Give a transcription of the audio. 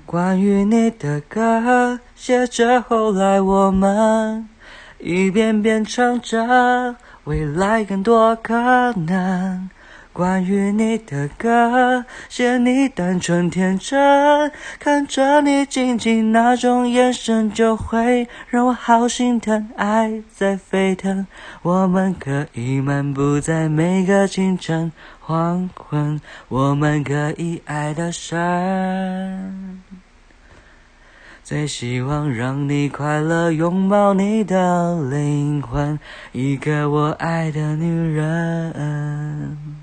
关于你的歌，写着后来我们，一遍遍唱着未来更多可能。关于你的歌，写你单纯天真，看着你静静那种眼神，就会让我好心疼。爱在沸腾，我们可以漫步在每个清晨黄昏，我们可以爱得深。最希望让你快乐，拥抱你的灵魂，一个我爱的女人。